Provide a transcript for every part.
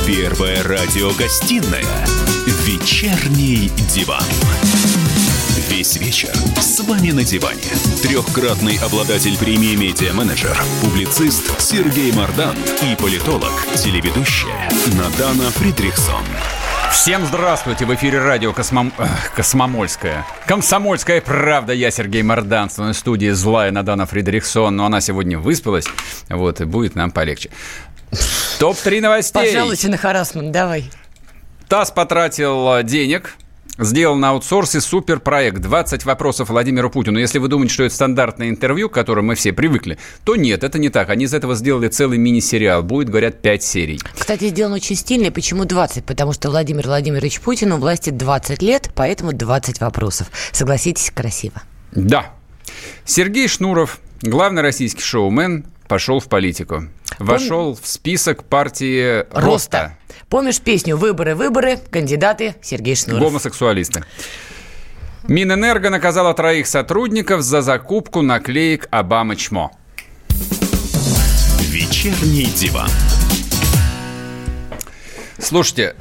Первая радиогостинная «Вечерний диван». Весь вечер с вами на диване. Трехкратный обладатель премии «Медиа-менеджер», публицист Сергей Мардан и политолог, телеведущая Надана Фридрихсон. Всем здравствуйте! В эфире радио «Комсомольская правда». Я Сергей Мардан. В студии злая Надана Фридрихсон. Но она сегодня выспалась. Вот, и будет нам полегче. Топ-3 новостей. Пожалуйста, на харассмент, давай. ТАСС потратил денег. Сделал на аутсорсе суперпроект. 20 вопросов Владимиру Путину. Если вы думаете, что это стандартное интервью, к которому мы все привыкли, то нет, это не так. Они из этого сделали целый мини-сериал. Будет, говорят, 5 серий. Кстати, сделано очень стильно. Почему 20? Потому что Владимир Владимирович Путин у власти 20 лет, поэтому 20 вопросов. Согласитесь, красиво. Да. Сергей Шнуров, главный российский шоумен, пошел в политику. Вошел в список партии Роста. Помнишь песню «Выборы, кандидаты Сергей Шнуров»? Гомосексуалисты. Минэнерго наказала 3 сотрудников за закупку наклеек «Обама чмо». Вечерний диван. Слушайте,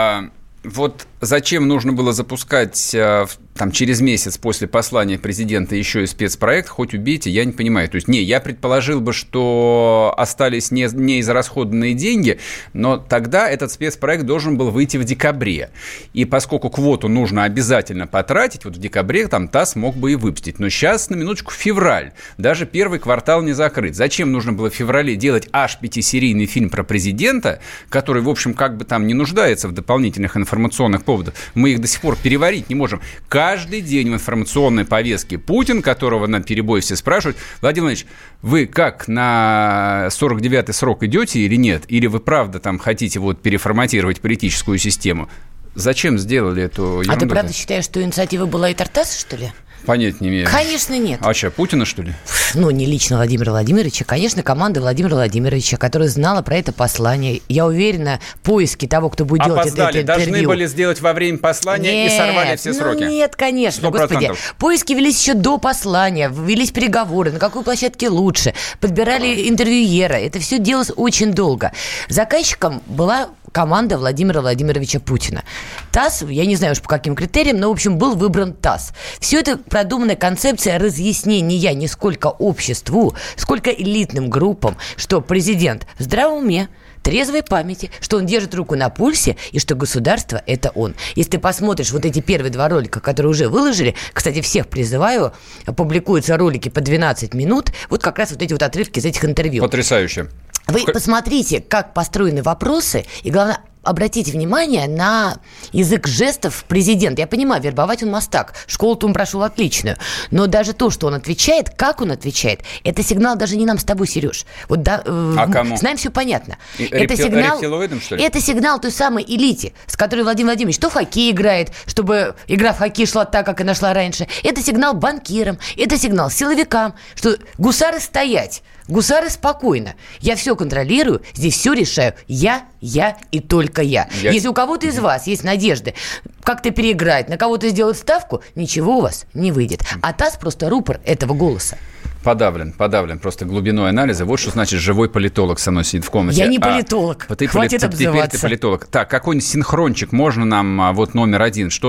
вот зачем нужно было запускать там, через месяц после послания президента еще и спецпроект, хоть убейте, я не понимаю. То есть, я предположил бы, что остались не израсходованные деньги, но тогда этот спецпроект должен был выйти в декабре. И поскольку квоту нужно обязательно потратить, вот в декабре там ТАСС мог бы и выпустить. Но сейчас, на минуточку, февраль. Даже первый квартал не закрыт. Зачем нужно было в феврале делать аж 5-серийный фильм про президента, который, в общем, как бы там не нуждается в дополнительных информационных поводах? Мы их до сих пор переварить не можем. Каждый день в информационной повестке Путин, которого на перебой все спрашивают: Владимир Владимирович, вы как, на 49-й срок идете или нет? Или вы правда там хотите вот переформатировать политическую систему? Зачем сделали эту ерунду? А ты правда считаешь, что инициатива была и Тартаса, что ли? Понять не имею. Конечно, нет. А что, Путина, что ли? Ну, не лично Владимира Владимировича, конечно, команда Владимира Владимировича, которая знала про это послание. Я уверена, поиски того, кто будет делать это интервью... Должны были сделать во время послания и сорвали все сроки. Нет, конечно, 100%. Господи. Поиски велись еще до послания, велись переговоры, на какой площадке лучше, подбирали интервьюера. Это все делалось очень долго. Заказчиком была команда Владимира Владимировича Путина. ТАСС, я не знаю уж по каким критериям, но, в общем, был выбран ТАСС. Все это продуманная концепция разъяснения не сколько обществу, сколько элитным группам, что президент в здравом уме, трезвой памяти, что он держит руку на пульсе и что государство – это он. Если ты посмотришь вот эти первые 2 ролика, которые уже выложили, кстати, всех призываю, публикуются ролики по 12 минут, вот как раз вот эти вот отрывки из этих интервью. Потрясающе. Вы посмотрите, как построены вопросы, и, главное, обратите внимание на язык жестов президента. Я понимаю, вербовать он мастак, школу-то он прошел отличную, но даже то, что он отвечает, как он отвечает, это сигнал даже не нам с тобой, Сереж. Вот кому? С нами все понятно. Это сигнал, рептилоидам, что ли? Это сигнал той самой элите, с которой Владимир Владимирович то в хоккей играет, чтобы игра в хоккей шла так, как она шла раньше. Это сигнал банкирам, это сигнал силовикам, что гусары стоять. Гусары спокойно. Я все контролирую, здесь все решаю. Я и только я. Если у кого-то из вас есть надежды как-то переиграть, на кого-то сделать ставку, ничего у вас не выйдет. А ТАСС просто рупор этого голоса. Подавлен просто глубиной анализа. Вот что значит живой политолог со мной сидит в комнате. Я не политолог. Хватит обзываться. Теперь ты политолог. Так, какой-нибудь синхрончик можно нам, вот номер 1, что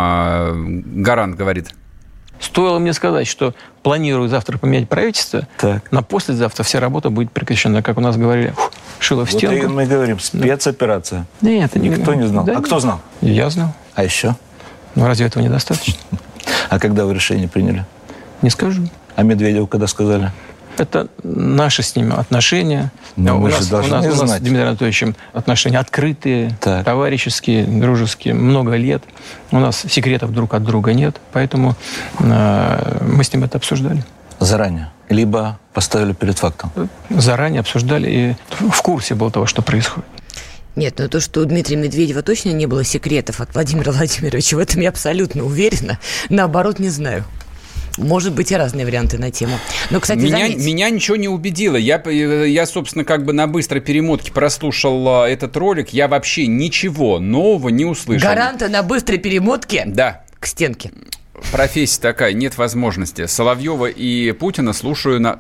там Гарант говорит? Стоило мне сказать, что планирую завтра поменять правительство, на послезавтра вся работа будет прекращена. Как у нас говорили, шило в стенку. Вот и мы говорим, спецоперация. Нет, это никто не знал. Да, кто знал? Я знал. А еще? Ну, разве этого недостаточно? А когда вы решение приняли? Не скажу. А Медведеву когда сказали? Это наши с ним отношения. Но у нас с Дмитрием Анатольевичем отношения открытые, товарищеские, дружеские, много лет. У нас секретов друг от друга нет, поэтому мы с ним это обсуждали. Заранее? Либо поставили перед фактом? Заранее обсуждали и в курсе был того, что происходит. Нет, но то, что у Дмитрия Медведева точно не было секретов от Владимира Владимировича, в этом я абсолютно уверена. Наоборот, не знаю. Может быть, и разные варианты на тему. Но, кстати, меня ничего не убедило. Я, собственно, как бы на быстрой перемотке прослушал этот ролик. Я вообще ничего нового не услышал. Гаранта на быстрой перемотке? Да. К стенке. Профессия такая, нет возможности. Соловьева и Путина слушаю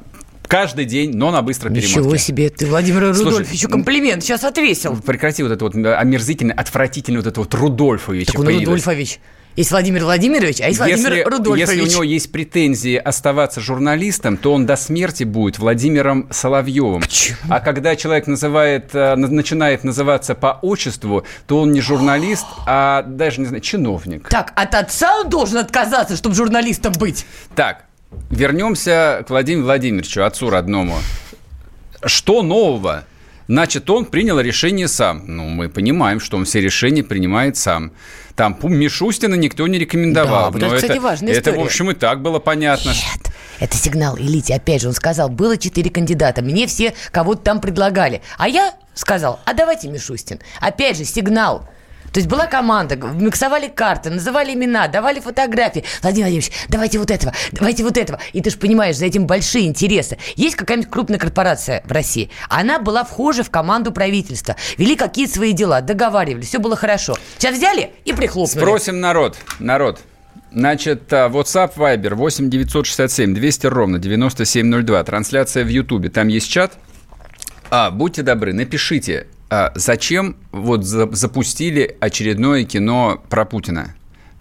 Каждый день, но на быстрой перемотке. Ничего себе, ты Владимиру Рудольфовичу комплимент сейчас отвесил. Прекрати вот это вот омерзительное, отвратительное вот это вот Рудольфович. Так он Рудольфович. Есть Владимир Владимирович, а есть Владимир Рудольфович. Если у него есть претензии оставаться журналистом, то он до смерти будет Владимиром Соловьевым. Почему? А когда человек начинает называться по отчеству, то он не журналист, а даже, не знаю, чиновник. Так, от отца он должен отказаться, чтобы журналистом быть. Так, вернемся к Владимиру Владимировичу, отцу родному. Что нового? Значит, он принял решение сам. Ну, мы понимаем, что он все решения принимает сам. Там Мишустина никто не рекомендовал. Да, вот это, кстати, важная история. Это, в общем, и так было понятно. Нет, это сигнал элите. Опять же, он сказал, было 4 кандидата. Мне все кого-то там предлагали. А я сказал, а давайте Мишустин. Опять же, сигнал. То есть была команда, миксовали карты, называли имена, давали фотографии. Владимир Владимирович, давайте вот этого, давайте вот этого. И ты же понимаешь, за этим большие интересы. Есть какая-нибудь крупная корпорация в России. Она была вхожа в команду правительства. Вели какие-то свои дела, договаривались, все было хорошо. Сейчас взяли и прихлопнули. Спросим народ. Значит, WhatsApp, Viber 8 967 200 ровно 9702. Трансляция в Ютубе. Там есть чат. Будьте добры, напишите. Зачем вот запустили очередное кино про Путина?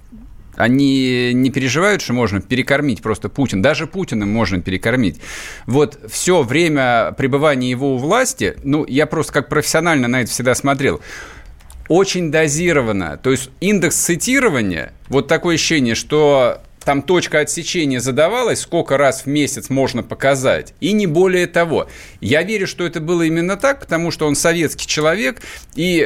Они не переживают, что можно перекормить просто Путина? Даже Путина можно перекормить. Вот все время пребывания его у власти, я просто как профессионально на это всегда смотрел, очень дозировано. То есть индекс цитирования, вот такое ощущение, что там точка отсечения задавалась, сколько раз в месяц можно показать, и не более того. Я верю, что это было именно так, потому что он советский человек и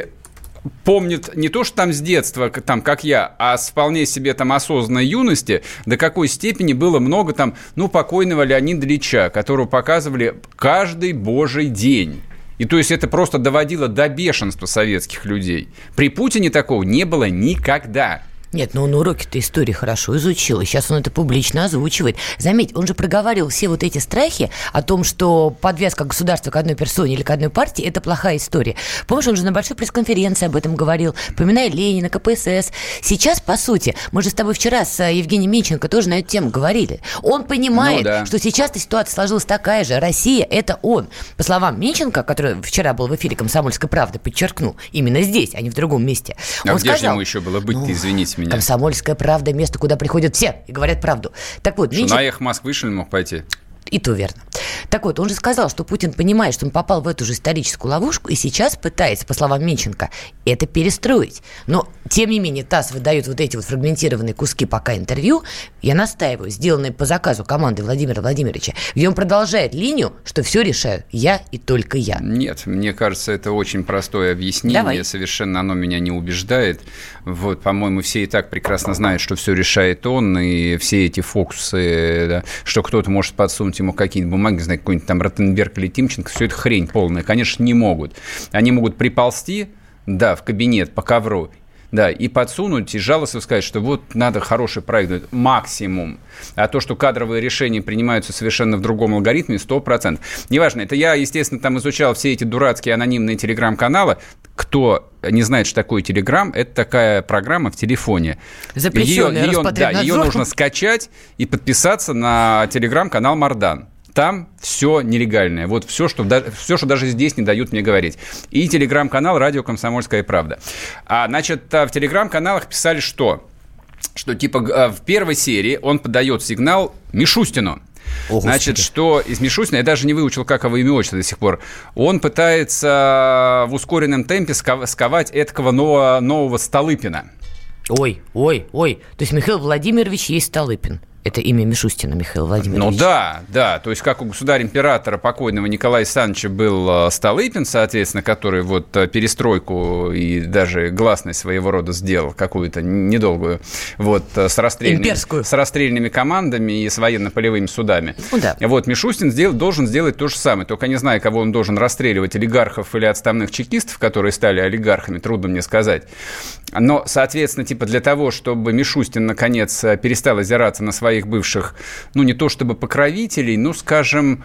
помнит не то, что там с детства, там, как я, а с вполне себе там осознанной юности, до какой степени было много там, покойного Леонида Ильича, которого показывали каждый божий день. И то есть это просто доводило до бешенства советских людей. При Путине такого не было никогда. Нет, он уроки-то истории хорошо изучил, и сейчас он это публично озвучивает. Заметь, он же проговаривал все вот эти страхи о том, что подвязка государства к одной персоне или к одной партии – это плохая история. Помнишь, он же на большой пресс-конференции об этом говорил, поминая Ленина, КПСС. Сейчас, по сути, мы же с тобой вчера с Евгением Минченко тоже на эту тему говорили. Он понимает, что сейчас-то ситуация сложилась такая же. Россия – это он. По словам Минченко, который вчера был в эфире «Комсомольской правды», подчеркнул, именно здесь, а не в другом месте. Он где сказал, же ему еще было быть-то, извините меня? «Комсомольская правда» – место, куда приходят все и говорят правду. Так вот, на «Эхо Москвы» что ли мог пойти? И то верно. Так вот, он же сказал, что Путин понимает, что он попал в эту же историческую ловушку и сейчас пытается, по словам Минченко, это перестроить. Но, тем не менее, ТАСС выдает вот эти вот фрагментированные куски пока интервью, я настаиваю, сделанные по заказу команды Владимира Владимировича, где он продолжает линию, что все решаю я и только я. Нет, мне кажется, это очень простое объяснение. Давай. Совершенно оно меня не убеждает. Вот, по-моему, все и так прекрасно знают, что все решает он, и все эти фокусы, да, что кто-то может подсунуть ему какие-нибудь бумаги, не знаю, какой-нибудь там Ротенберг или Тимченко, все это хрень полная. Конечно, не могут. Они могут приползти, в кабинет по ковру, и подсунуть, и жалостно сказать, что вот надо хороший проект, максимум. А то, что кадровые решения принимаются совершенно в другом алгоритме, 100%. Неважно, это я, естественно, там изучал все эти дурацкие анонимные телеграм-каналы. Кто не знает, что такое Телеграм, это такая программа в телефоне. Запрещенная Роспотребнадзором. Ее нужно скачать и подписаться на телеграм-канал «Мардан». Там все нелегальное. Вот все, что даже здесь не дают мне говорить. И телеграм-канал «Радио Комсомольская правда». Значит, в телеграм-каналах писали что типа в первой серии он подает сигнал Мишустину. Значит, что из Мишустина, я даже не выучил, как его имя отчество до сих пор, он пытается в ускоренном темпе сковать этакого нового Столыпина. Ой. То есть Михаил Владимирович есть Столыпин. Это имя Мишустина, Михаил Владимирович. Да. То есть, как у государя-императора покойного Николая Александровича был Столыпин, соответственно, который вот перестройку и даже гласность своего рода сделал, какую-то недолгую, вот, с расстрельными командами и с военно-полевыми судами. Вот, Мишустин должен сделать то же самое, только не знаю, кого он должен расстреливать, олигархов или отставных чекистов, которые стали олигархами, трудно мне сказать. Но, соответственно, для того, чтобы Мишустин, наконец, перестал озираться на своих бывших, не то чтобы покровителей, скажем,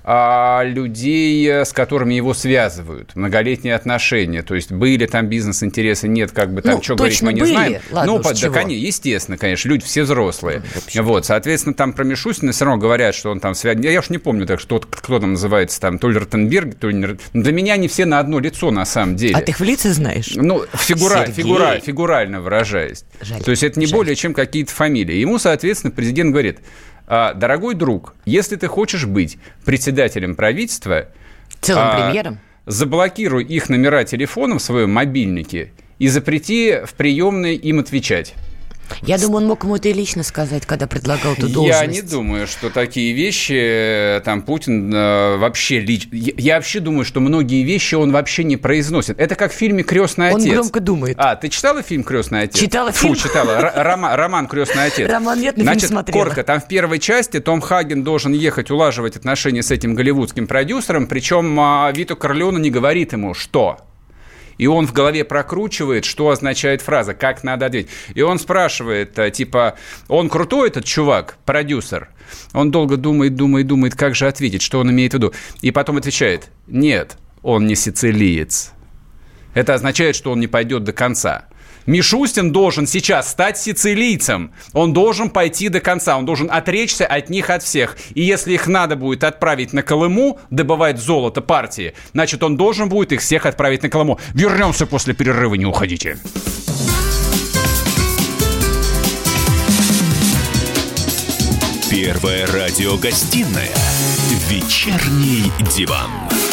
людей, с которыми его связывают, многолетние отношения, то есть были там бизнес-интересы, нет, как бы там, что говорить, мы не знаем. Ладно, естественно, конечно, люди все взрослые. Вот, соответственно, там про Мишустина все равно говорят, что он там связан. Я уж не помню, так что кто там называется, там, то ли Ротенберг, то ли... Для меня они все на одно лицо, на самом деле. А ты их в лица знаешь? Ну, фигурально выражаясь. Жаль. То есть это не более чем какие-то фамилии. Ему, соответственно, президент говорит: дорогой друг, если ты хочешь быть председателем правительства, целым премьером, заблокируй их номера телефонов в своем мобильнике и запрети в приемной им отвечать. Я думаю, он мог ему это и лично сказать, когда предлагал эту должность. Я не думаю, что такие вещи там Путин вообще лично... Я вообще думаю, что многие вещи он вообще не произносит. Это как в фильме «Крестный отец». Он громко думает. Ты читала фильм «Крестный отец»? Читала фильм. Читала. Роман «Крестный отец». Роман нет, но фильм смотрела. Коротко, там в первой части Том Хаген должен ехать улаживать отношения с этим голливудским продюсером, причем Вито Корлеоне не говорит ему, что... И он в голове прокручивает, что означает фраза, как надо ответить. И он спрашивает, типа, он крутой этот чувак, продюсер? Он долго думает, как же ответить, что он имеет в виду. И потом отвечает: нет, он не сицилиец. Это означает, что он не пойдет до конца. Мишустин должен сейчас стать сицилийцем. Он должен пойти до конца. Он должен отречься от них, от всех. И если их надо будет отправить на Колыму, добывать золото партии, значит, он должен будет их всех отправить на Колыму. Вернемся после перерыва, не уходите. Первая радиогостинная «Вечерний диван».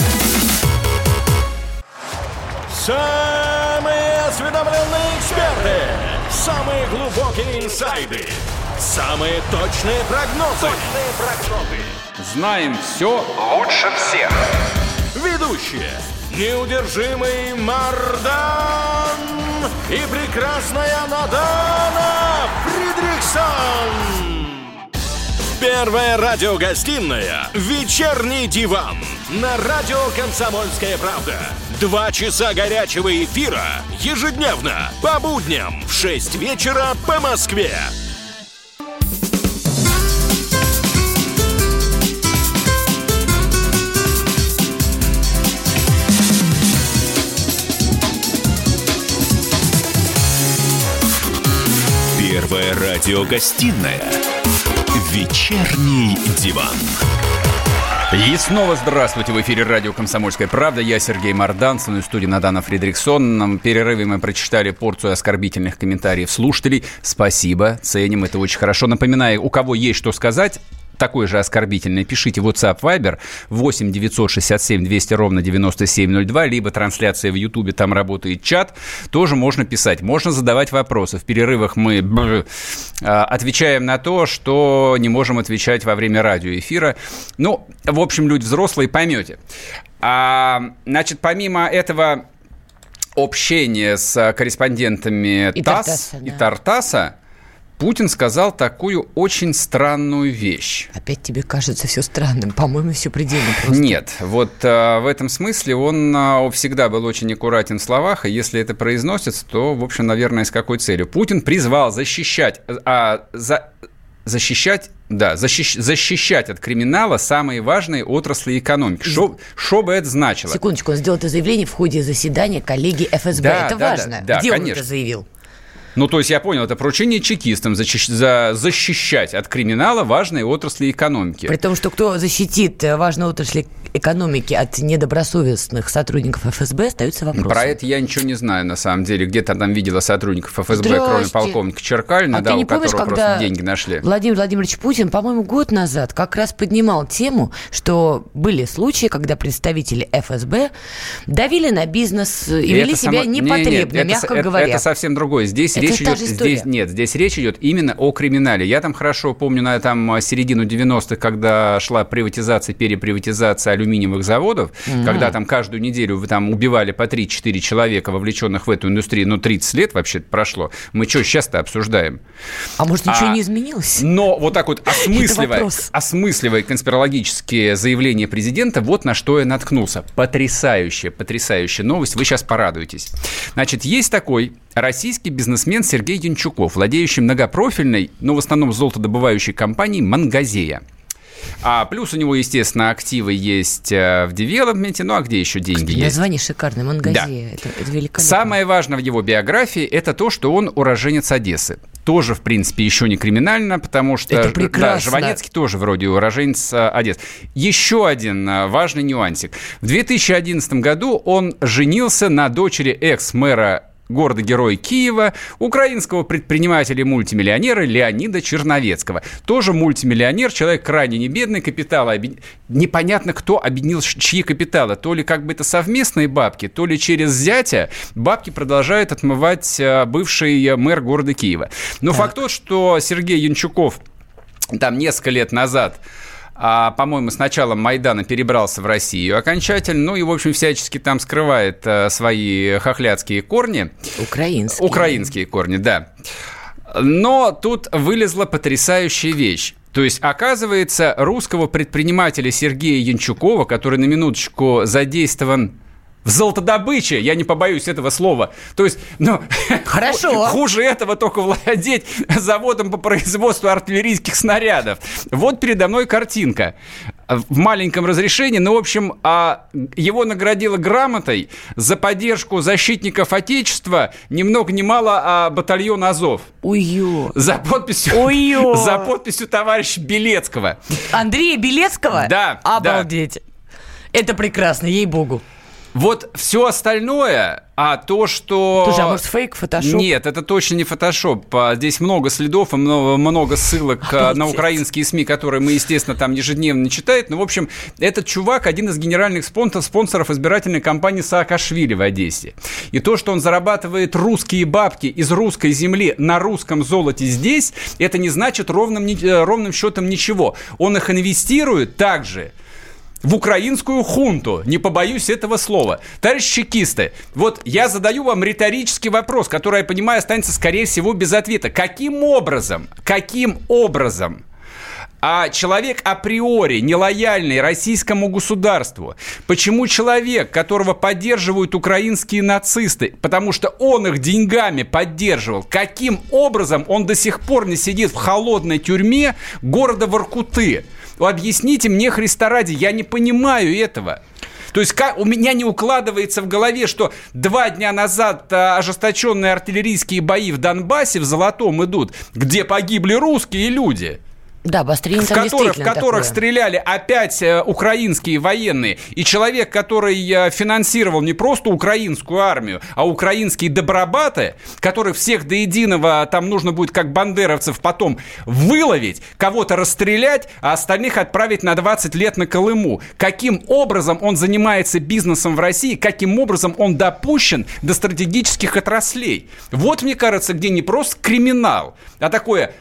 Самые осведомленные эксперты, самые глубокие инсайды, самые точные прогнозы. Знаем все лучше всех. Ведущие: неудержимый Мардан и прекрасная Надана Фридрихсон. Первая радиогостинная «Вечерний диван» на радио «Комсомольская правда». 2 часа горячего эфира ежедневно по будням в 6 вечера по Москве. Первая радиогостинная «Вечерний диван». И снова здравствуйте. В эфире радио «Комсомольская правда». Я Сергей Мардан, в студии Надана Фридрихсон. В перерыве мы прочитали порцию оскорбительных комментариев слушателей. Спасибо, ценим, это очень хорошо. Напоминаю, у кого есть что сказать, такой же оскорбительный, пишите WhatsApp, Viber 8 967 200 ровно 9702, либо трансляция в Ютубе, там работает чат, тоже можно писать, можно задавать вопросы. В перерывах мы отвечаем на то, что не можем отвечать во время радиоэфира. Ну, в общем, люди взрослые, поймете. Значит, помимо этого общения с корреспондентами ТАСС и Тартаса, Путин сказал такую очень странную вещь. Опять тебе кажется все странным? По-моему, все предельно просто. Нет, вот в этом смысле он всегда был очень аккуратен в словах, и если это произносится, то, в общем, наверное, с какой целью? Путин призвал защищать от криминала самые важные отрасли экономики. Что бы это значило? Секундочку, он сделал это заявление в ходе заседания коллегии ФСБ. Это важно. Да, где конечно. Он это заявил? Ну, то есть, я понял, это поручение чекистам защищать от криминала важные отрасли экономики. При том, что кто защитит важные отрасли экономики от недобросовестных сотрудников ФСБ, остается вопросом. Про это я ничего не знаю, на самом деле. Где-то там видела сотрудников ФСБ, кроме полковника Черкалина, у которого просто деньги нашли. Владимир Владимирович Путин, по-моему, год назад как раз поднимал тему, что были случаи, когда представители ФСБ давили на бизнес и вели себя непотребно, мягко говоря. Это совсем другое. Здесь речь идет именно о криминале. Я там хорошо помню середину 90-х, когда шла приватизация, переприватизация алюминиевых заводов, когда там каждую неделю там убивали по 3-4 человека, вовлеченных в эту индустрию, 30 лет вообще мы что сейчас-то обсуждаем? А может, ничего не изменилось? Но вот так вот осмысливая конспирологические заявления президента, вот на что я наткнулся. Потрясающая новость, вы сейчас порадуетесь. Значит, есть такой российский бизнесмен Сергей Янчуков, владеющий многопрофильной, но в основном золотодобывающей компанией «Мангазея». Плюс у него, естественно, активы есть в девелопменте. Ну, а где еще деньги есть? Название шикарное, Мангазе. Да. Это великолепно. Самое важное в его биографии – это то, что он уроженец Одессы. Тоже, в принципе, еще не криминально, потому что это прекрасно. Жванецкий тоже вроде уроженец Одессы. Еще один важный нюансик. В 2011 году он женился на дочери экс-мэра города-героя Киева, украинского предпринимателя и мультимиллионера Леонида Черновецкого. Тоже мультимиллионер, человек крайне не бедный, капиталы непонятно, кто объединил чьи капиталы. То ли как бы это совместные бабки, то ли через зятя бабки продолжает отмывать бывший мэр города Киева. Но факт тот, что Сергей Янчуков там несколько лет назад, по-моему, с началом Майдана перебрался в Россию окончательно, ну и, в общем, всячески там скрывает свои хохлядские корни. Украинские корни, да. Но тут вылезла потрясающая вещь. То есть, оказывается, русского предпринимателя Сергея Янчукова, который на минуточку задействован в золотодобыче, я не побоюсь этого слова. То есть, хорошо. Хуже этого только владеть заводом по производству артиллерийских снарядов. Вот передо мной картинка в маленьком разрешении. Ну, в общем, его наградила грамотой за поддержку защитников Отечества ни много ни мало батальон Азов. Ой-ё. За подписью товарища Белецкого. Андрея Белецкого? Да. Обалдеть. Да. Это прекрасно, ей-богу. Вот все остальное, то, что... Слушай, а может фейк, фотошоп? Нет, это точно не фотошоп. Здесь много следов и много ссылок на украинские СМИ, которые мы, естественно, там ежедневно читаем. Но, в общем, этот чувак один из генеральных спонсоров избирательной кампании Саакашвили в Одессе. И то, что он зарабатывает русские бабки из русской земли на русском золоте здесь, это не значит ровным счетом ничего. Он их инвестирует также в украинскую хунту, не побоюсь этого слова. Товарищи чекисты, вот я задаю вам риторический вопрос, который, я понимаю, останется, скорее всего, без ответа. Каким образом человек априори нелояльный российскому государству, почему человек, которого поддерживают украинские нацисты, потому что он их деньгами поддерживал, каким образом он до сих пор не сидит в холодной тюрьме города Воркуты? Объясните мне, Христа ради, я не понимаю этого. То есть у меня не укладывается в голове, что 2 дня назад ожесточенные артиллерийские бои в Донбассе, в Золотом идут, где погибли русские люди. Да, обострение там действительно такое. В которых стреляли опять украинские военные. И человек, который финансировал не просто украинскую армию, а украинские добробаты, которых всех до единого там нужно будет, как бандеровцев, потом выловить, кого-то расстрелять, а остальных отправить на 20 лет на Колыму. Каким образом он занимается бизнесом в России, каким образом он допущен до стратегических отраслей. Вот, мне кажется, где не просто криминал, а такое...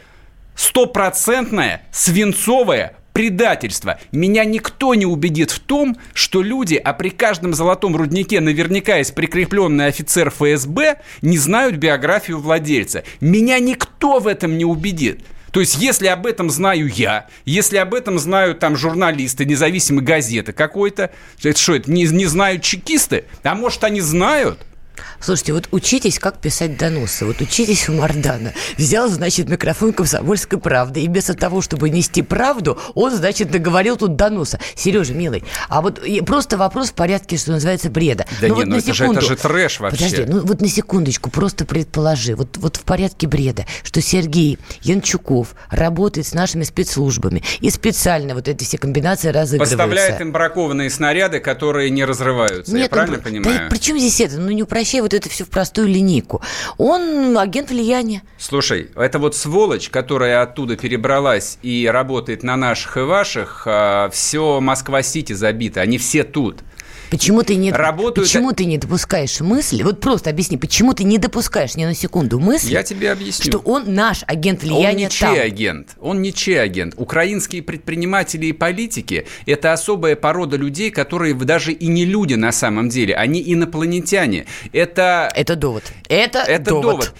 100% свинцовое предательство. Меня никто не убедит в том, что люди, при каждом золотом руднике наверняка есть прикрепленный офицер ФСБ, не знают биографию владельца. Меня никто в этом не убедит. То есть, если об этом знаю я, если об этом знают там журналисты, независимой газеты какой-то, это что, это не знают чекисты? А может, они знают? Слушайте, вот учитесь, как писать доносы. Вот учитесь у Мардана. Взял, значит, микрофон «Комсомольской правды». И вместо того, чтобы нести правду, он, значит, наговорил тут доноса. Сережа, милый, а вот просто вопрос в порядке, что называется, бреда. Да нет, вот это же трэш вообще. Подожди, вот на секундочку, просто предположи. Вот в порядке бреда, что Сергей Янчуков работает с нашими спецслужбами и специально вот эти все комбинации разыгрываются. Поставляет им бракованные снаряды, которые не разрываются. Нет, я правильно понимаю? Да при чем здесь это? Ну, не упрощай вот это все в простую линейку. Он агент влияния. Слушай, это вот сволочь, которая оттуда перебралась и работает на наших и ваших, все Москва-Сити забито, они все тут. Почему ты не допускаешь мысли? Вот просто объясни, почему ты не допускаешь ни на секунду мысли? Я тебе объясню. Что он наш агент влияния там. Он ничей агент. Украинские предприниматели и политики – это особая порода людей, которые даже и не люди на самом деле. Они инопланетяне. Это довод. Это довод.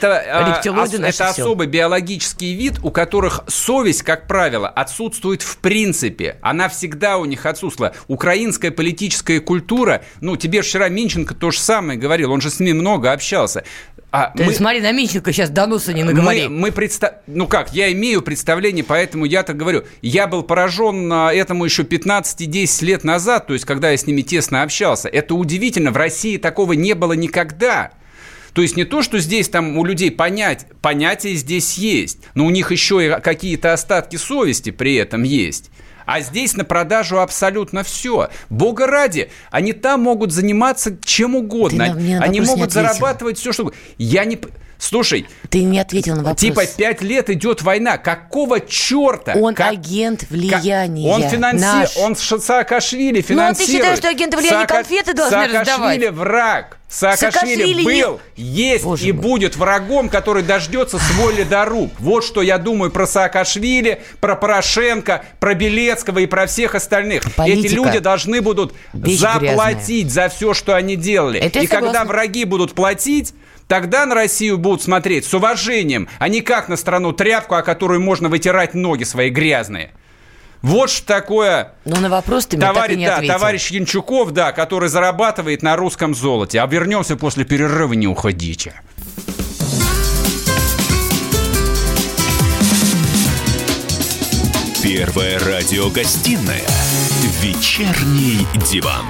Это особый биологический вид, у которых совесть, как правило, отсутствует в принципе. Она всегда у них отсутствовала. Украинская политическая политическая культура, тебе же вчера Минченко то же самое говорил, он же с ними много общался. Смотри, на Минченко сейчас доноса не наговори. Я имею представление, поэтому я так говорю. Я был поражен этому еще 15-10 лет назад, то есть, когда я с ними тесно общался. Это удивительно, в России такого не было никогда. То есть не то, что здесь там у людей понятия здесь есть, но у них еще и какие-то остатки совести при этом есть. А здесь на продажу абсолютно все. Бога ради, они там могут заниматься чем угодно. Они могут зарабатывать все, что... Слушай, ты не ответил на вопрос. 5 лет идет война. Какого черта? Он агент влияния. Он финансирует. Он Саакашвили финансирует. Ну, ты считаешь, что агенты влияния конфеты должны раздавать? Саакашвили враг. Саакашвили был, есть и будет врагом, который дождется свой ледоруб. Вот что я думаю про Саакашвили, про Порошенко, про Белецкого и про всех остальных. Эти люди должны будут заплатить за все, что они делали. И когда враги будут платить, тогда на Россию будут смотреть с уважением, а не как на страну-тряпку, о которую можно вытирать ноги свои грязные. Вот что такое... Но на вопрос ты мне так и не ответил. Товарищ Янчуков, который зарабатывает на русском золоте. А вернемся после перерыва, не уходите. Первая радиогостинная «Вечерний диван».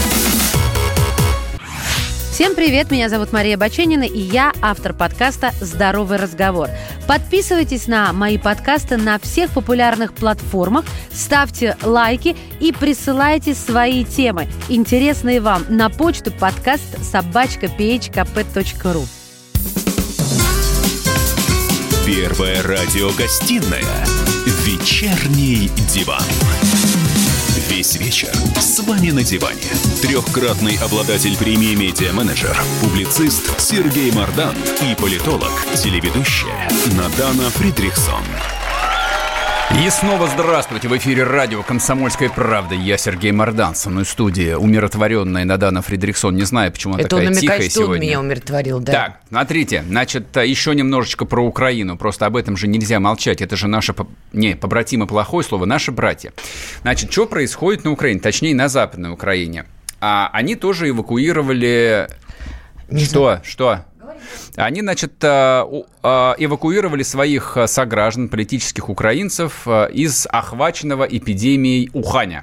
Всем привет, меня зовут Мария Баченина, и я автор подкаста «Здоровый разговор». Подписывайтесь на мои подкасты на всех популярных платформах, ставьте лайки и присылайте свои темы, интересные вам, на почту podcast@phkp.ru. Первая радиогостинная «Вечерний диван». Весь вечер с вами на диване. Трехкратный обладатель премии «Медиа-менеджер», публицист Сергей Мардан и политолог, телеведущая Надана Фридрихсон. И снова здравствуйте. В эфире радио «Комсомольская правда». Я Сергей Мардан. Со мной в студии умиротворенная Надана Фридрихсон. Не знаю, почему она такая тихая сегодня. Это он намекает, что он меня умиротворил, да. Так, смотрите, еще немножечко про Украину. Просто об этом же нельзя молчать. Это же наши... побратимы плохое слово, наши братья. Значит, что происходит на Украине? Точнее, на Западной Украине. Они тоже эвакуировали... Что? Они, эвакуировали своих сограждан, политических украинцев, из охваченного эпидемией Уханя.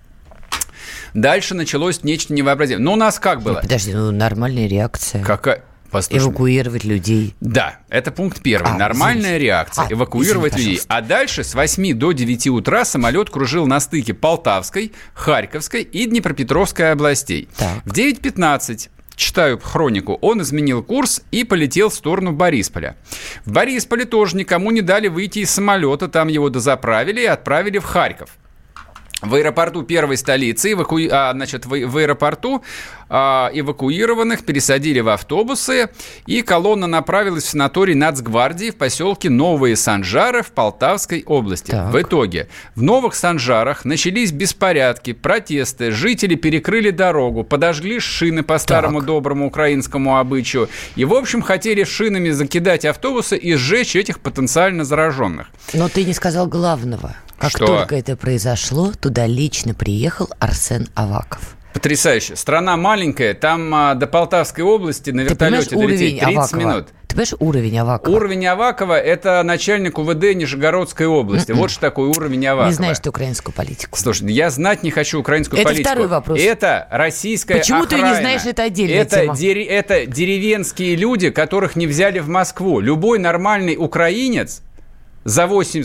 Дальше началось нечто невообразимое. Но у нас как было? Подожди, нормальная реакция. Какая? Послушай. Эвакуировать людей. Да, это пункт первый. Нормальная реакция. Эвакуировать людей. А дальше с 8 до 9 утра самолет кружил на стыке Полтавской, Харьковской и Днепропетровской областей. Так. В 9:15... читаю хронику, он изменил курс и полетел в сторону Борисполя. В Борисполе тоже никому не дали выйти из самолета, там его дозаправили и отправили в Харьков. В аэропорту первой столицы, в аэропорту эвакуированных пересадили в автобусы, и колонна направилась в санаторий Нацгвардии в поселке Новые Санжары в Полтавской области. Так. В итоге в Новых Санжарах начались беспорядки, протесты, жители перекрыли дорогу, подожгли шины по старому доброму украинскому обычаю и, в общем, хотели шинами закидать автобусы и сжечь этих потенциально зараженных. Но ты не сказал главного. Как только это произошло, туда лично приехал Арсен Аваков. Потрясающе. Страна маленькая, там до Полтавской области на вертолете долететь 30 минут. Ты понимаешь уровень Авакова? Уровень Авакова – это начальник УВД Нижегородской области. Вот что такое уровень Авакова. Не знаешь ты украинскую политику. Слушай, я знать не хочу украинскую политику. Это второй вопрос. Это российская Почему охрана. Ты не знаешь, это отдельная тема. Это деревенские люди, которых не взяли в Москву. Любой нормальный украинец за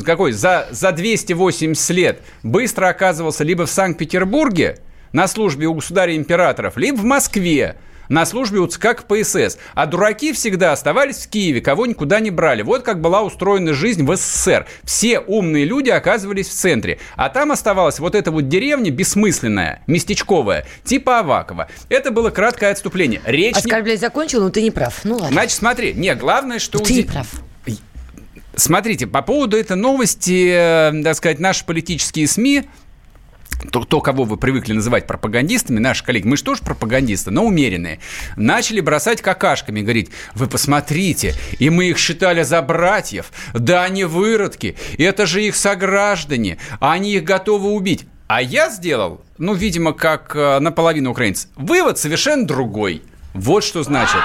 280 лет быстро оказывался либо в Санкт-Петербурге на службе у государя-императоров, либо в Москве на службе у ЦК КПСС. А дураки всегда оставались в Киеве, кого никуда не брали. Вот как была устроена жизнь в СССР. Все умные люди оказывались в центре. А там оставалась вот эта вот деревня бессмысленная, местечковая, типа Авакова. Это было краткое отступление. Оскорблять закончил, но ты не прав. Ну ладно. Значит, смотри. Главное, что... Ты не прав. Смотрите, по поводу этой новости, так сказать, наши политические СМИ, то, кого вы привыкли называть пропагандистами, наши коллеги, мы же тоже пропагандисты, но умеренные, начали бросать какашками, говорить: вы посмотрите, и мы их считали за братьев, да они выродки, это же их сограждане, а они их готовы убить. А я сделал, видимо, как наполовину украинец, вывод совершенно другой. Вот что значит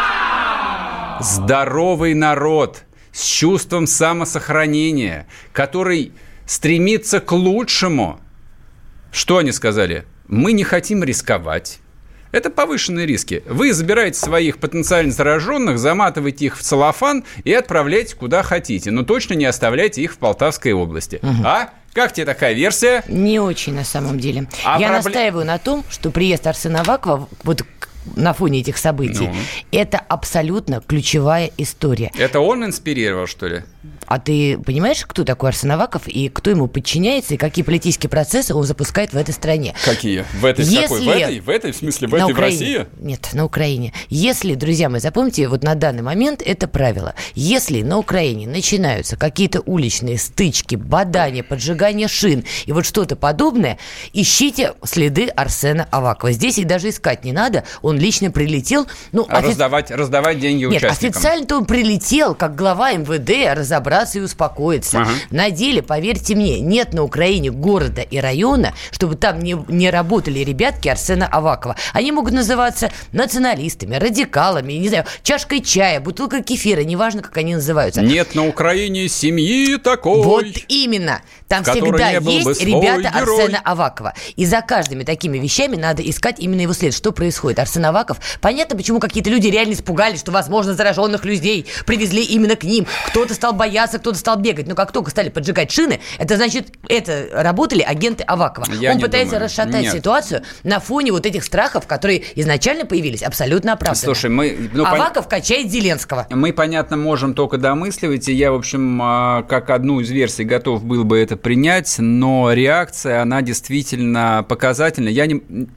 здоровый народ с чувством самосохранения, который стремится к лучшему. Что они сказали? Мы не хотим рисковать. Это повышенные риски. Вы забираете своих потенциально зараженных, заматываете их в целлофан и отправляете куда хотите. Но точно не оставляйте их в Полтавской области. Угу. А? Как тебе такая версия? Не очень, на самом деле. Я настаиваю на том, что приезд Арсена Авакова вот на фоне этих событий, это абсолютно ключевая история. Это он инспирировал, что ли? А ты понимаешь, кто такой Арсен Аваков и кто ему подчиняется, и какие политические процессы он запускает в этой стране? Какие? В этой? В этой? В смысле, в этой, в России? Нет, на Украине. Если, друзья мои, запомните, вот на данный момент это правило. Если на Украине начинаются какие-то уличные стычки, бадания, поджигание шин и вот что-то подобное, ищите следы Арсена Авакова. Здесь их даже искать не надо. Он лично прилетел. Раздавать деньги участникам. Официально-то он прилетел, как глава МВД, разобраться и успокоиться. Ага. На деле, поверьте мне, нет на Украине города и района, чтобы там не работали ребятки Арсена Авакова. Они могут называться националистами, радикалами, не знаю, чашкой чая, бутылкой кефира, неважно, как они называются. Нет на Украине семьи такой. Вот именно. Там всегда есть ребята Арсена Авакова. И за каждыми такими вещами надо искать именно его след. Что происходит? Арсен Аваков. Понятно, почему какие-то люди реально испугались, что, возможно, зараженных людей привезли именно к ним. Кто-то стал бояться, кто-то стал бегать. Но как только стали поджигать шины, это значит, это работали агенты Авакова. Он пытается расшатать ситуацию на фоне вот этих страхов, которые изначально появились, абсолютно оправданно. Слушай, Аваков качает Зеленского. Мы, понятно, можем только домысливать, и я, в общем, как одну из версий готов был бы это принять, но реакция, она действительно показательна. Я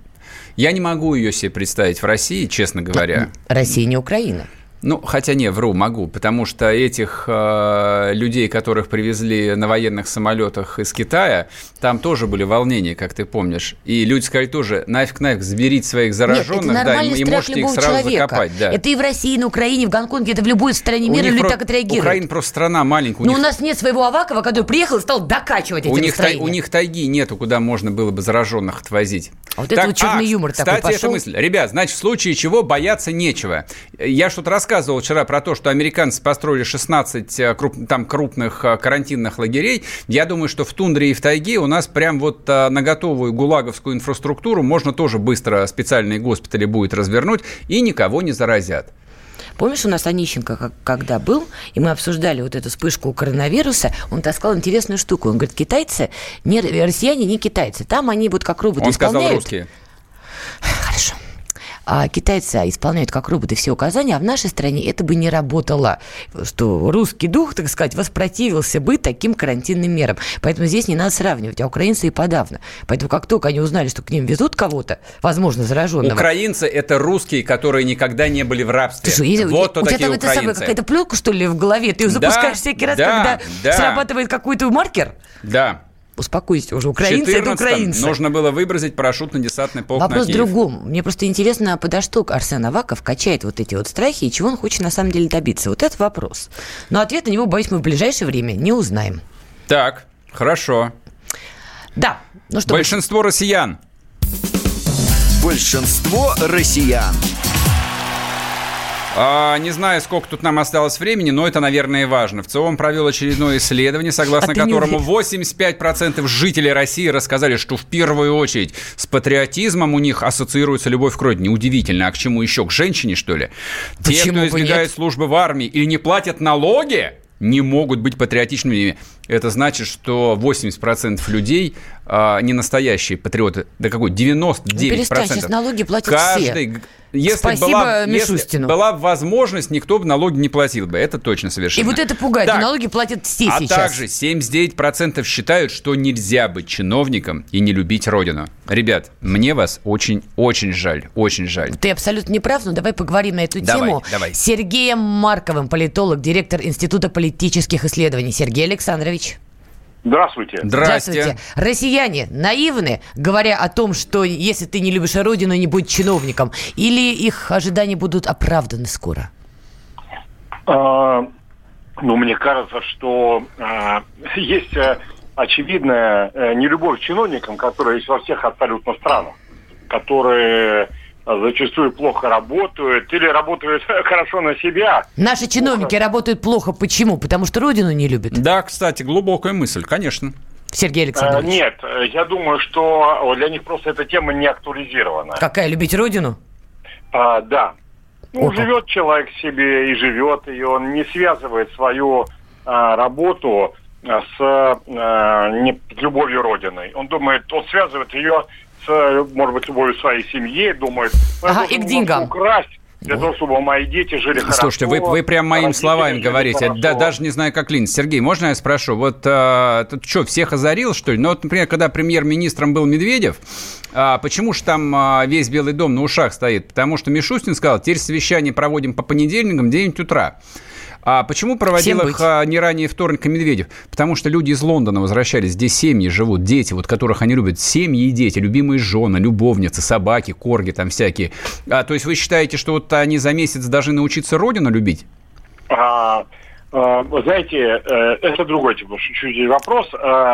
не могу ее себе представить в России, честно говоря. Россия не Украина. Хотя вру, могу, потому что этих людей, которых привезли на военных самолетах из Китая, там тоже были волнения, как ты помнишь. И люди сказали тоже, нафиг, заберите своих зараженных, и можете их сразу закопать. Да. Это и в России, на Украине, в Гонконге, это в любой стране мира люди так отреагируют. Украина просто страна маленькая. Но у нас нет своего Авакова, который приехал и стал докачивать эти настроения. У них тайги нету, куда можно было бы зараженных отвозить. Вот это вот черный юмор такой пошел. Кстати, эта мысль. Ребят, значит, в случае чего бояться нечего. Я что-то рассказывал вчера про то, что американцы построили 16 крупных карантинных лагерей. Я думаю, что в тундре и в тайге у нас прям вот на готовую гулаговскую инфраструктуру можно тоже быстро специальные госпитали будет развернуть, и никого не заразят. Помнишь, у нас Онищенко, когда был, и мы обсуждали вот эту вспышку коронавируса, он таскал интересную штуку. Он говорит, россияне не китайцы. Там они вот как роботы исполняют. Он сказал русские. Хорошо. А китайцы исполняют как роботы все указания, а в нашей стране это бы не работало. Что русский дух, так сказать, воспротивился бы таким карантинным мерам. Поэтому здесь не надо сравнивать, а украинцы и подавно. Поэтому как только они узнали, что к ним везут кого-то, возможно, зараженного... Украинцы – это русские, которые никогда не были в рабстве. Слушай, вот кто такие украинцы. У тебя там какая-то пленка, что ли, в голове? Ты ее запускаешь всякий раз, когда срабатывает какой-то маркер? Да. Успокойся уже, украинцы – это украинцы. Нужно было выбросить парашютно-десантный полк на Киев. Вопрос в другом. Мне просто интересно, подо что Арсен Аваков качает вот эти вот страхи, и чего он хочет на самом деле добиться. Вот это вопрос. Но ответ на него, боюсь, мы в ближайшее время не узнаем. Так, хорошо. Да. Большинство россиян. Большинство россиян. Не знаю, сколько тут нам осталось времени, но это, наверное, важно. ВЦИОМ провел очередное исследование, согласно которому 85% жителей России рассказали, что в первую очередь с патриотизмом у них ассоциируется любовь к родине. Удивительно, а к чему еще? К женщине, что ли? Почему Те, кто избегает службы в армии или не платят налоги, не могут быть патриотичными. Это значит, что 80% людей не настоящие патриоты. Да какой? 99%. Перестань, сейчас налоги платят все. Спасибо Мишустину. Если была возможность, никто бы налоги не платил бы. Это точно совершенно. И вот это пугает. Так, налоги платят все сейчас. А также 79% считают, что нельзя быть чиновником и не любить родину. Ребят, мне вас очень-очень жаль. Очень жаль. Ты абсолютно не прав, но давай поговорим на эту тему. Давай. С Сергеем Марковым, политолог, директор Института политических исследований. Сергей Александрович. Здравствуйте. Здравствуйте. Россияне наивны, говоря о том, что если ты не любишь родину, не будь чиновником, или их ожидания будут оправданы скоро? Мне кажется, что есть очевидная нелюбовь к чиновникам, которые есть во всех абсолютно странах, которые зачастую плохо работают или работают хорошо на себя. Наши чиновники работают плохо. Почему? Потому что родину не любят. Да, кстати, глубокая мысль, конечно. Сергей Александрович. Нет, я думаю, что для них просто эта тема не актуализирована. Какая? Любить родину? Да. Живет человек себе и живет, и он не связывает свою работу с любовью Родины. Он думает, он связывает ее с, может быть, любовью своей семьи, думает, и к деньгам. Украсть для того, чтобы мои дети жили хорошо. Слушайте, вы прям моими словами говорите. Да, даже не знаю, как Лин. Сергей, можно я спрошу? Вот тут что, всех озарил, что ли? Ну, вот, например, когда премьер-министром был Медведев, почему же там весь Белый дом на ушах стоит? Потому что Мишустин сказал, теперь совещание проводим по понедельникам в 9 утра. А почему проводил их не ранее вторника Медведев? Потому что люди из Лондона возвращались, здесь семьи живут, дети, вот которых они любят, семьи и дети, любимые жены, любовницы, собаки, корги там всякие. То есть вы считаете, что вот они за месяц должны научиться родину любить? Вы знаете, это другой чуть-чуть вопрос.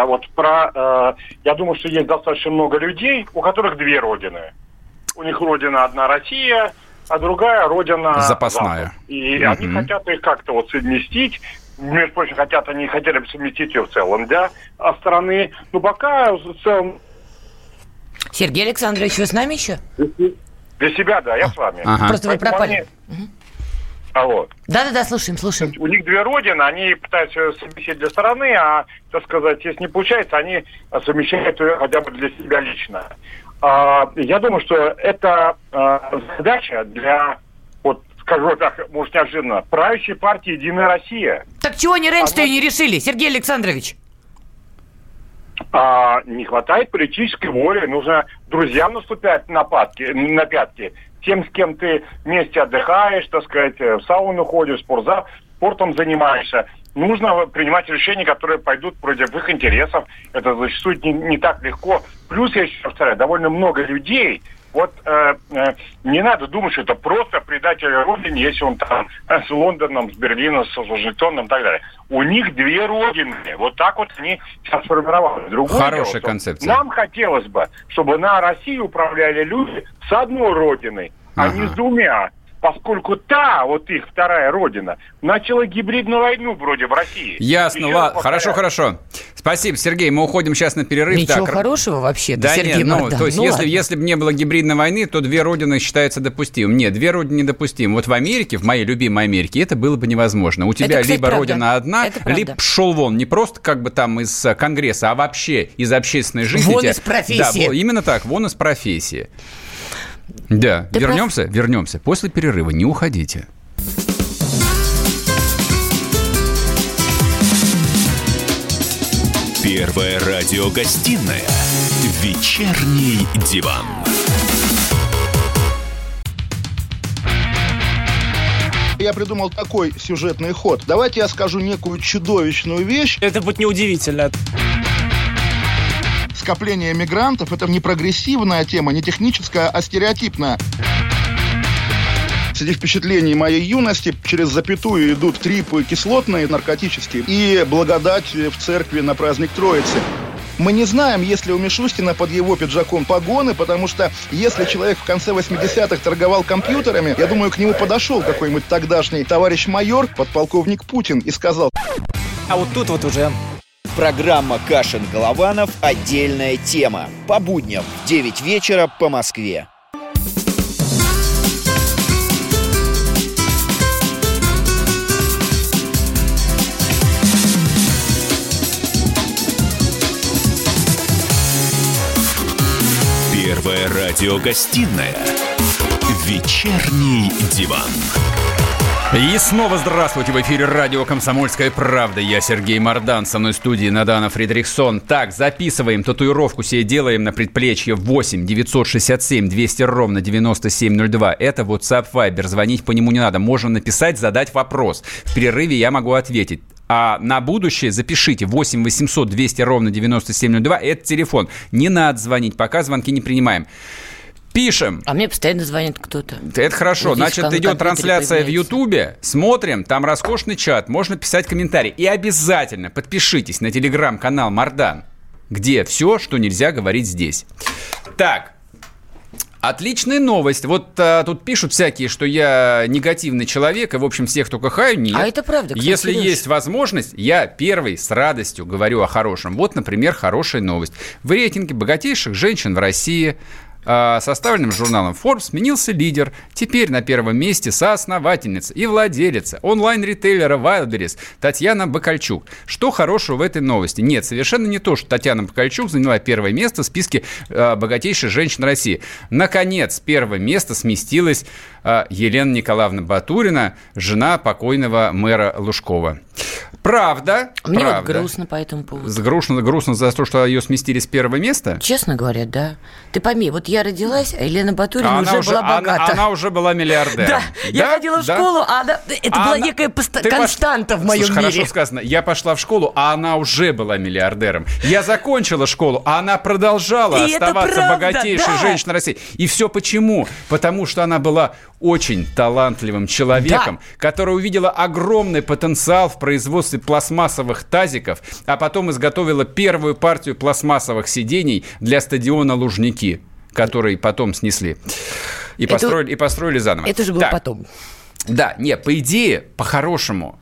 Я думаю, что есть достаточно много людей, у которых две родины. У них родина одна Россия, а другая родина запасная. Запад. И они хотят их как-то вот совместить. Между прочим, они хотели бы совместить ее в целом для страны. Но пока в целом... Сергей Александрович, вы с нами еще? Для себя, да, я с вами. Просто вы пропали. Алло. Да, слушаем. У них две родины, они пытаются совместить для страны, а, так сказать, если не получается, они совмещают ее хотя бы для себя лично. Я думаю, что это задача для, вот скажу так, может, неожиданно, правящей партии «Единая Россия». Так чего они раньше-то и не решили, Сергей Александрович? Не хватает политической воли, нужно друзьям наступать на пятки, тем, с кем ты вместе отдыхаешь, так сказать, в сауну ходишь, спортом занимаешься. Нужно принимать решения, которые пойдут против их интересов. Это зачастую не так легко. Плюс, я еще повторяю, довольно много людей. Вот не надо думать, что это просто предатель Родине, если он там с Лондоном, с Берлином, с Вашингтоном и так далее. У них две родины. Вот так вот они сейчас сформировали. Хорошая концепция. Нам хотелось бы, чтобы на Россию управляли люди с одной родиной, а не с двумя. Поскольку вот их вторая родина, начала гибридную войну вроде в России. Ясно, ладно, хорошо. Спасибо, Сергей, мы уходим сейчас на перерыв. Ничего хорошего вообще-то, да, Сергей Мардан. То есть, если бы не было гибридной войны, то две родины считаются допустимым. Нет, две родины недопустимы. Вот в Америке, в моей любимой Америке, это было бы невозможно. У тебя либо родина одна, либо пшел вон. Не просто как бы там из Конгресса, а вообще из общественной жизни. Вон из профессии. Да, именно так, вон из профессии. Да, вернемся. После перерыва, не уходите. Первая радиогостинная «Вечерний диван». Я придумал такой сюжетный ход. Давайте я скажу некую чудовищную вещь. Это будет неудивительно. Скопление мигрантов – это не прогрессивная тема, не техническая, а стереотипная. Среди впечатлений моей юности через запятую идут трипы кислотные, наркотические, и благодать в церкви на праздник Троицы. Мы не знаем, есть ли у Мишустина под его пиджаком погоны, потому что если человек в конце 80-х торговал компьютерами, я думаю, к нему подошел какой-нибудь тогдашний товарищ майор, подполковник Путин, и сказал: а вот тут вот уже... Программа «Кашин-Голованов. Отдельная тема». По будням в 9 вечера по Москве. Первая радиогостинная «Вечерний диван». И снова здравствуйте, в эфире радио «Комсомольская правда». Я Сергей Мардан, со мной в студии Надана Фридрихсон. Так, записываем, татуировку себе делаем на предплечье 8 967 200 ровно 9702. Это WhatsApp Viber, звонить по нему не надо. Можно написать, задать вопрос. В перерыве я могу ответить. А на будущее запишите 8 800 200 ровно 9702. Это телефон. Не надо звонить, пока звонки не принимаем. Пишем. А мне постоянно звонит кто-то. Это хорошо. Значит, идет трансляция в Ютубе. Смотрим. Там роскошный чат. Можно писать комментарии. И обязательно подпишитесь на телеграм-канал Мардан, где все, что нельзя говорить здесь. Так. Отличная новость. Вот тут пишут всякие, что я негативный человек, и, в общем, всех только хаю. Нет. А это правда, кстати, Если Сереж. есть возможность, я первый с радостью говорю о хорошем. Вот, например, хорошая новость. В рейтинге богатейших женщин в России, составленным журналом Forbes, сменился лидер. Теперь на первом месте соосновательница и владелица онлайн-ритейлера Wildberries Татьяна Бакальчук. Что хорошего в этой новости? Нет, совершенно не то, что Татьяна Бакальчук заняла первое место в списке богатейших женщин России. Наконец, с первого места сместилась Елена Николаевна Батурина, жена покойного мэра Лужкова. Правда. Мне правда. вот грустно по этому поводу. Грустно за то, что ее сместили с первого места? Честно говоря, да. Ты пойми, вот я родилась, а Елена Батурина уже была богата. Она уже была миллиардером. Да, я ходила в школу, а это была некая константа в моем мире. Хорошо сказано. Я пошла в школу, а она уже была миллиардером. Я закончила школу, а она продолжала оставаться богатейшей женщиной России. И все почему? Потому что она была очень талантливым человеком, который увидела огромный потенциал в производстве пластмассовых тазиков, а потом изготовила первую партию пластмассовых сидений для стадиона Лужники, которые потом снесли и построили заново. Это же было потом. Да, нет, по идее, по-хорошему,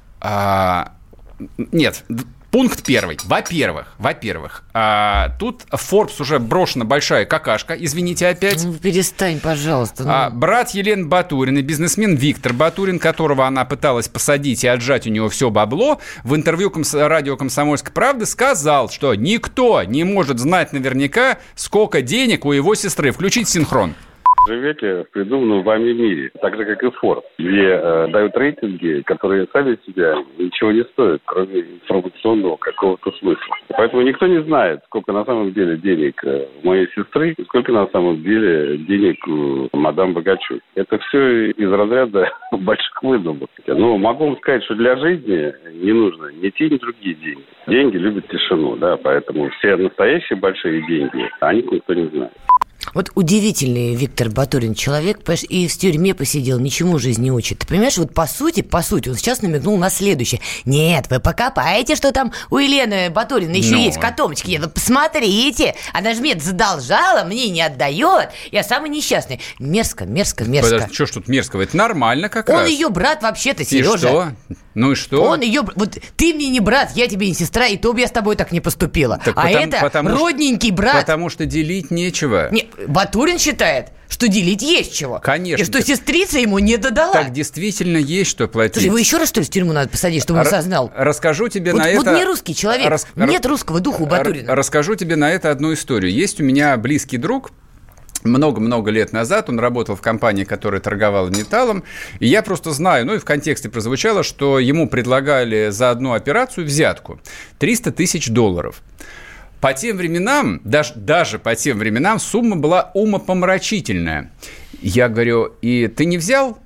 нет. Пункт первый. Во-первых, тут в Forbes уже брошена большая какашка, извините опять. Ну, перестань, пожалуйста. Брат Елены Батуриной, бизнесмен Виктор Батурин, которого она пыталась посадить и отжать у него все бабло, в интервью радио «Комсомольской правды» сказал, что никто не может знать наверняка, сколько денег у его сестры. Включить синхрон. Живете в придуманном вами мире, так же, как и Forbes, где дают рейтинги, которые сами себя ничего не стоят, кроме информационного какого-то смысла. Поэтому никто не знает, сколько на самом деле денег у моей сестры, и сколько на самом деле денег у мадам Богачук. Это все из разряда больших выдумок. Но могу вам сказать, что для жизни не нужно ни те, ни другие деньги. Деньги любят тишину, да, поэтому все настоящие большие деньги, о них никто не знает. Вот удивительный Виктор Батурин человек, понимаешь, и в тюрьме посидел, ничему жизнь не учит. Ты понимаешь, вот по сути, он сейчас намекнул на следующее. Нет, вы покопаете, что там у Елены Батуриной еще есть котомочки. Нет, вы посмотрите, она же мне задолжала, мне не отдает. Я самый несчастный. Мерзко. Подожди, что ж тут мерзкого? Это нормально как раз. Он ее брат вообще-то, Сережа. И что? Ну и что? Он ее... Вот ты мне не брат, я тебе не сестра, и то бы я с тобой так не поступила. Так родненький брат. Потому что делить нечего. Нет, Батурин считает, что делить есть чего. Конечно. И что сестрица ему не додала. Так действительно есть что платить. Слушай, его еще раз, что ли, в тюрьму надо посадить, чтобы он осознал? Расскажу тебе на это... Вот не русский человек, нет русского духа у Батурина. Расскажу тебе на это одну историю. Есть у меня близкий друг... Много-много лет назад он работал в компании, которая торговала металлом, и я просто знаю, и в контексте прозвучало, что ему предлагали за одну операцию взятку $300 тысяч. По тем временам, даже по тем временам, сумма была умопомрачительная. Я говорю, и ты не взял?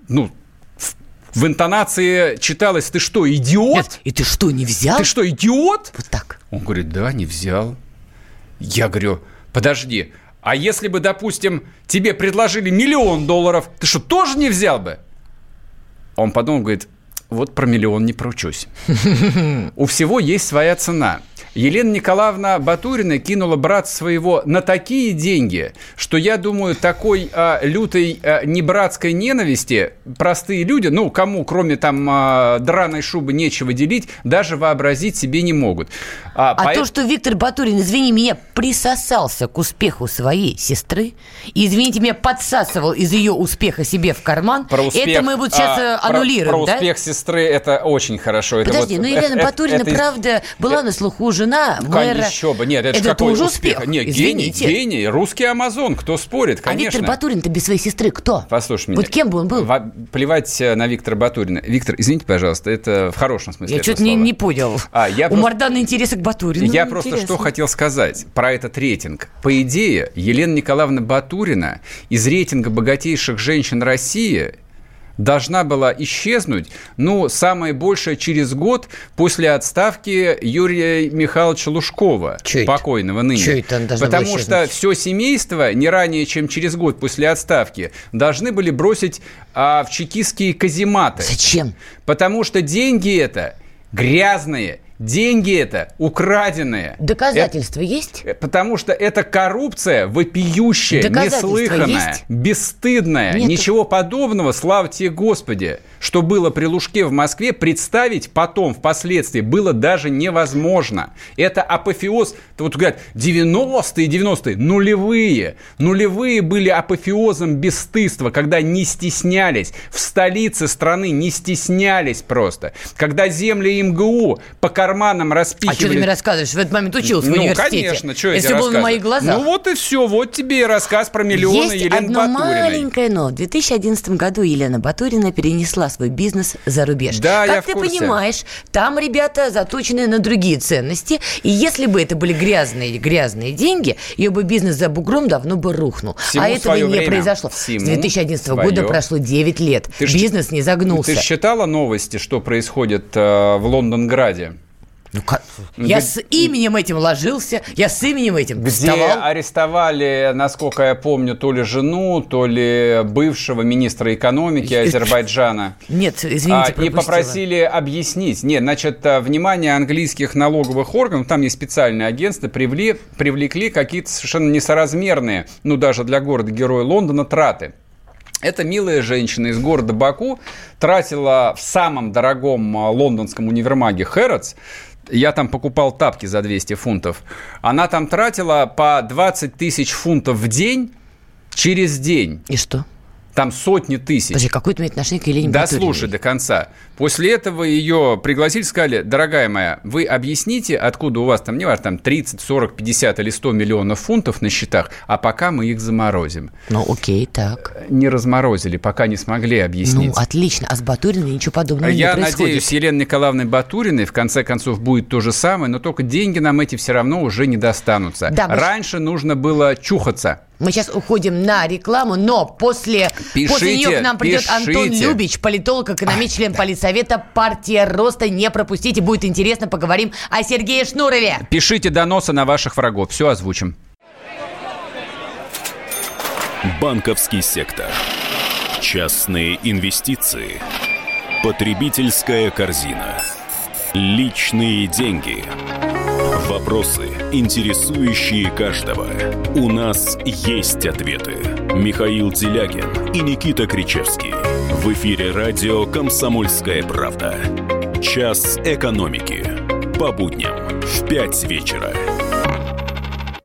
В интонации читалось, ты что, идиот? Нет, и ты что, не взял? Ты что, идиот? Вот так. Он говорит, да, не взял. Я говорю, подожди, а если бы, допустим, тебе предложили $1 миллион, ты что, тоже не взял бы? Он подумал, говорит, вот про миллион не поручусь. У всего есть своя цена. Елена Николаевна Батурина кинула брата своего на такие деньги, что, я думаю, такой лютой небратской ненависти простые люди, кому кроме там драной шубы нечего делить, даже вообразить себе не могут. То, что Виктор Батурин, извини меня, присосался к успеху своей сестры, и, извините меня, подсасывал из ее успеха себе в карман, это мы вот сейчас аннулируем, да? Про успех сестрры это очень хорошо. Подожди, Елена Батурина, правда, была на слуху жена мэра. Еще бы, нет, это какой тоже успех? Нет, гений, русский Амазон, кто спорит, конечно. А Виктор Батурин-то без своей сестры кто? Послушай меня. Вот кем бы он был? Плевать на Виктора Батурина. Виктор, извините, пожалуйста, это в хорошем смысле. Я что-то не понял. У Мардана интересы к Батурину. Я просто что хотел сказать про этот рейтинг. По идее, Елена Николаевна Батурина из рейтинга богатейших женщин России должна была исчезнуть, самое большее через год после отставки Юрия Михайловича Лужкова, покойного ныне. Потому что все семейство не ранее, чем через год после отставки, должны были бросить в чекистские казематы. Зачем? Потому что деньги это грязные, деньги это украденные. Доказательства есть? Потому что это коррупция вопиющая, неслыханная, бесстыдная. Нету. Ничего подобного, слава тебе Господи, что было при Лужке в Москве, представить потом, впоследствии, было даже невозможно. Это апофеоз, вот говорят, 90-е, нулевые. Нулевые были апофеозом бесстыдства, когда не стеснялись. В столице страны не стеснялись просто. Когда земли МГУ по карманам распихивали. А что ты мне рассказываешь? В этот момент учился в университете. Конечно, что я тебе рассказываю? Это все было на моих глазах. Вот и все, вот тебе и рассказ про миллионы Елены Батуриной. Есть одно маленькое но. В 2011 году Елена Батурина перенесла свой бизнес за рубеж. Да, как я в курсе. ты понимаешь, там ребята заточены на другие ценности, и если бы это были грязные деньги, ее бы бизнес за бугром давно бы рухнул. Всему а этого не произошло. Всему С 2011 года прошло 9 лет. Бизнес не загнулся. Ты читала новости, что происходит в Лондонграде? Я с именем этим ложился, я с именем этим вставал. Где арестовали, насколько я помню, то ли жену, то ли бывшего министра экономики Азербайджана. Нет, извините, пропустила. И попросили объяснить. Нет, значит, внимание английских налоговых органов, там есть специальные агентства, привлекли какие-то совершенно несоразмерные, даже для города-героя Лондона, траты. Эта милая женщина из города Баку тратила в самом дорогом лондонском универмаге Хэрротс, я там покупал тапки за 200 фунтов, она там тратила по 20 тысяч фунтов в день через день. И что? Там сотни тысяч. Подожди, какое это имеет отношение к Елене Да, Батуриной? слушай до конца. После этого ее пригласили, сказали: дорогая моя, вы объясните, откуда у вас там, не важно, там 30, 40, 50 или 100 миллионов фунтов на счетах, а пока мы их заморозим. Окей, так. Не разморозили, пока не смогли объяснить. Отлично. А с Батуриной ничего подобного не происходит. Я надеюсь, с Еленой Николаевной Батуриной в конце концов будет то же самое, но только деньги нам эти все равно уже не достанутся. Да, раньше нужно было чухаться. Мы сейчас уходим на рекламу, но после нее к нам придет Антон Любич, политолог, экономист, член Политсовета, партия Роста. Не пропустите, будет интересно, поговорим о Сергее Шнурове. Пишите доносы на ваших врагов, все озвучим. Банковский сектор. Частные инвестиции. Потребительская корзина. Личные деньги. Вопросы, интересующие каждого. У нас есть ответы. Михаил Делягин и Никита Кричевский. В эфире радио «Комсомольская правда». Час экономики. По будням в 5 вечера.